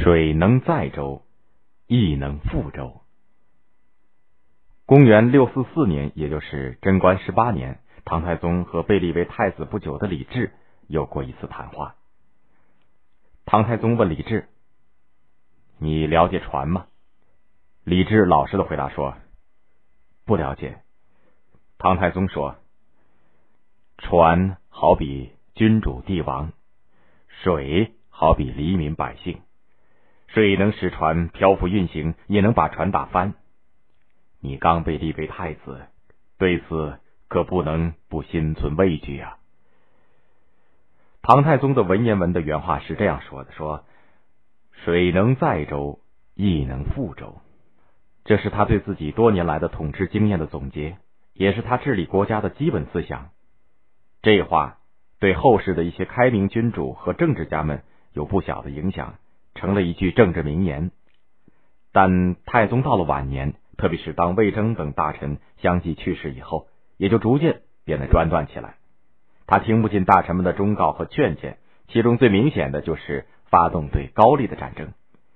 水能载舟，亦能覆舟。公元644年，也就是贞观18年，唐太宗和被立为太子不久的李治有过一次谈话。唐太宗问李治：“你了解船吗？”李治老实的回答说：“不了解。”唐太宗说：“船好比君主帝王，水好比黎民百姓。水能使船漂浮运行，也能把船打翻。你刚被立为太子，对此可不能不心存畏惧啊。”唐太宗的文言文的原话是这样说的：说水能载舟，亦能覆舟。这是他对自己多年来的统治经验的总结，也是他治理国家的基本思想。这话对后世的一些开明君主和政治家们有不小的影响，成了一句政治名言。但太宗到了晚年，特别是当魏征等大臣相继去世以后，也就逐渐变得专断起来。他听不进大臣们的忠告和劝谏，其中最明显的就是发动对高丽的战争。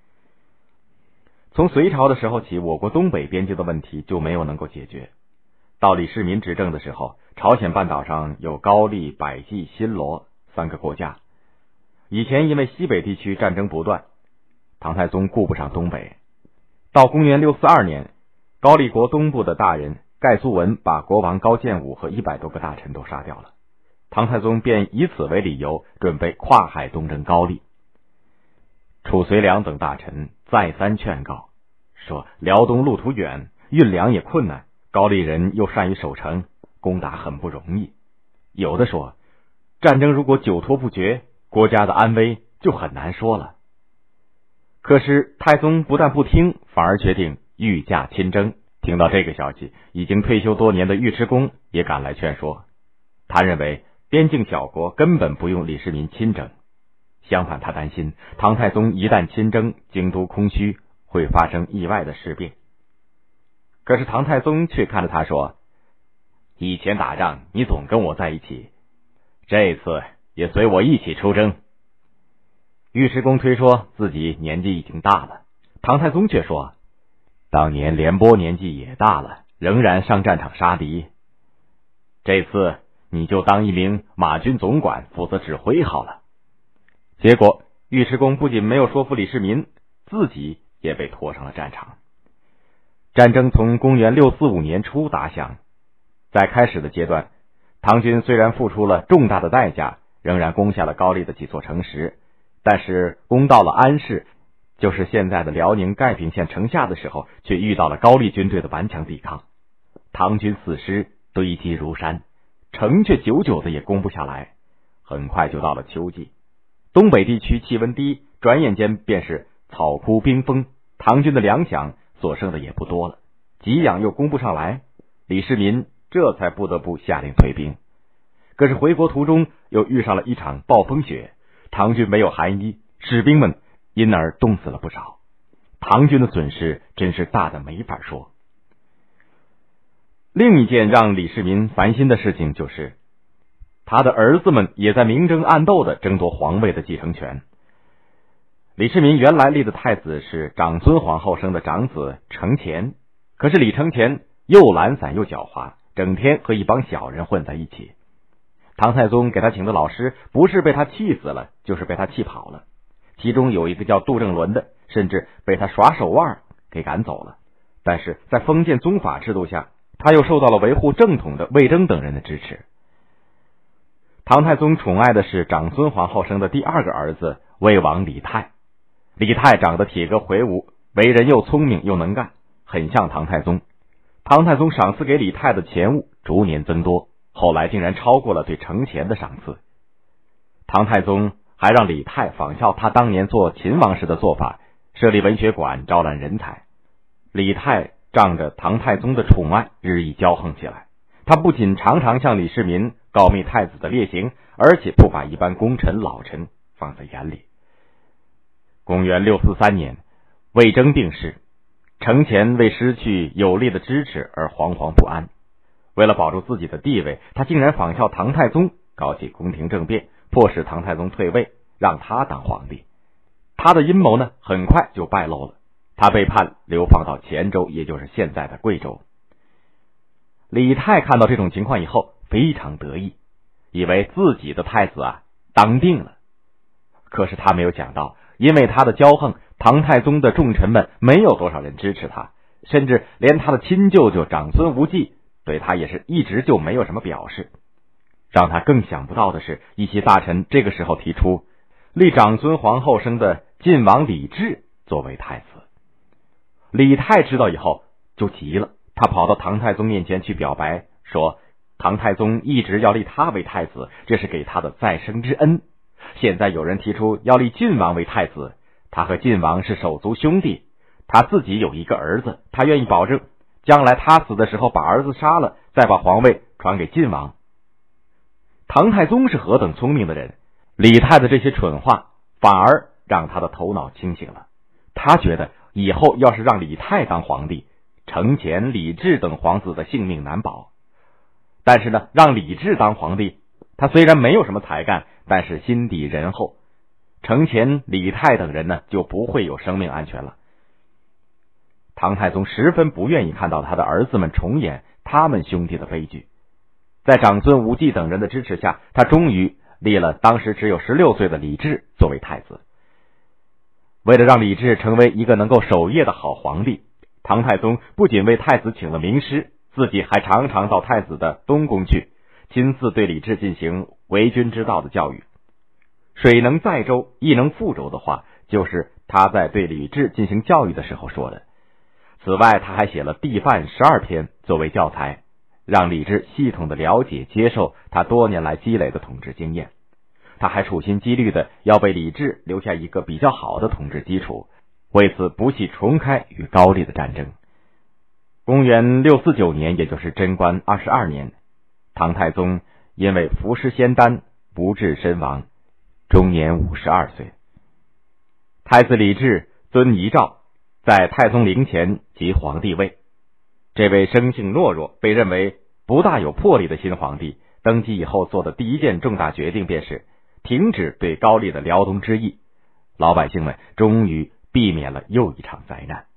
从隋朝的时候起，我国东北边境的问题就没有能够解决。到李世民执政的时候，朝鲜半岛上有高丽、百济、新罗3个国家。以前因为西北地区战争不断，唐太宗顾不上东北。到公元642年，高丽国东部的大人盖苏文把国王高渐武和100多个大臣都杀掉了。唐太宗便以此为理由，准备跨海东征高丽。褚遂良等大臣再三劝告，说辽东路途远，运粮也困难，高丽人又善于守城，攻打很不容易。有的说，战争如果久拖不决，国家的安危就很难说了。可是太宗不但不听，反而决定御驾亲征。听到这个消息，已经退休多年的尉迟恭也赶来劝说。他认为边境小国根本不用李世民亲征，相反，他担心唐太宗一旦亲征，京都空虚，会发生意外的事变。可是唐太宗却看着他说：“以前打仗你总跟我在一起，这次也随我一起出征。”尉迟恭推说自己年纪已经大了，唐太宗却说：“当年廉颇年纪也大了，仍然上战场杀敌。这次你就当一名马军总管，负责指挥好了。”结果尉迟恭不仅没有说服李世民，自己也被拖上了战场。战争从公元645年初打响，在开始的阶段，唐军虽然付出了重大的代价，仍然攻下了高丽的几座城池，但是攻到了安市，就是现在的辽宁盖平县城下的时候，却遇到了高丽军队的顽强抵抗。唐军死尸堆积如山，城却久久的也攻不下来。很快就到了秋季，东北地区气温低，转眼间便是草枯冰封，唐军的粮饷所剩的也不多了，给养又攻不上来，李世民这才不得不下令退兵。可是回国途中又遇上了一场暴风雪，唐军没有寒衣，士兵们因而冻死了不少。唐军的损失真是大的没法说。另一件让李世民烦心的事情就是，他的儿子们也在明争暗斗的争夺皇位的继承权。李世民原来立的太子是长孙皇后生的长子承乾，可是李承乾又懒散又狡猾，整天和一帮小人混在一起。唐太宗给他请的老师，不是被他气死了，就是被他气跑了。其中有一个叫杜正伦的，甚至被他耍手腕给赶走了。但是在封建宗法制度下，他又受到了维护正统的魏征等人的支持。唐太宗宠爱的是长孙皇后生的第2个儿子魏王李泰。李泰长得体格魁梧，为人又聪明又能干，很像唐太宗。唐太宗赏赐给李泰的钱物逐年增多，后来竟然超过了对承乾的赏赐。唐太宗还让李泰仿效他当年做秦王时的做法，设立文学馆，招揽人才。李泰仗着唐太宗的宠爱，日益骄横起来。他不仅常常向李世民告密太子的劣行，而且不把一般功臣老臣放在眼里。公元643年，魏征病逝，承乾为失去有力的支持而惶惶不安。为了保住自己的地位，他竟然仿效唐太宗搞起宫廷政变，迫使唐太宗退位，让他当皇帝。 他的阴谋呢，很快就败露了。他被判流放到黔州，也就是现在的贵州。李泰看到这种情况以后，非常得意，以为自己的太子当定了。可是他没有想到，因为他的骄横，唐太宗的重臣们没有多少人支持他，甚至连他的亲舅舅长孙无忌对他也是一直就没有什么表示。让他更想不到的是，一些大臣这个时候提出立长孙皇后生的晋王李治作为太子。李泰知道以后就急了，他跑到唐太宗面前去表白，说唐太宗一直要立他为太子，这是给他的再生之恩。现在有人提出要立晋王为太子，他和晋王是手足兄弟，他自己有一个儿子，他愿意保证将来他死的时候把儿子杀了，再把皇位传给晋王。唐太宗是何等聪明的人，李泰的这些蠢话反而让他的头脑清醒了。他觉得以后要是让李泰当皇帝，程潜、李治等皇子的性命难保。但是呢，让李治当皇帝，他虽然没有什么才干，但是心底仁厚，程潜、李泰等人呢就不会有生命安全了。唐太宗十分不愿意看到他的儿子们重演他们兄弟的悲剧。在长孙无忌等人的支持下，他终于立了当时只有16岁的李治作为太子。为了让李治成为一个能够守业的好皇帝，唐太宗不仅为太子请了名师，自己还常常到太子的东宫去，亲自对李治进行为君之道的教育。水能载舟，亦能覆舟的话，就是他在对李治进行教育的时候说的。此外，他还写了地范12篇作为教材，让李治系统的了解接受他多年来积累的统治经验。他还处心积虑的要为李治留下一个比较好的统治基础，为此不惜重开与高丽的战争。公元649年，也就是贞观22年，唐太宗因为服食仙丹不治身亡，终年52岁。太子李治遵遗诏，在太宗陵前即皇帝位。这位生性懦弱，被认为不大有魄力的新皇帝，登基以后做的第一件重大决定便是停止对高丽的辽东之役。老百姓们终于避免了又一场灾难。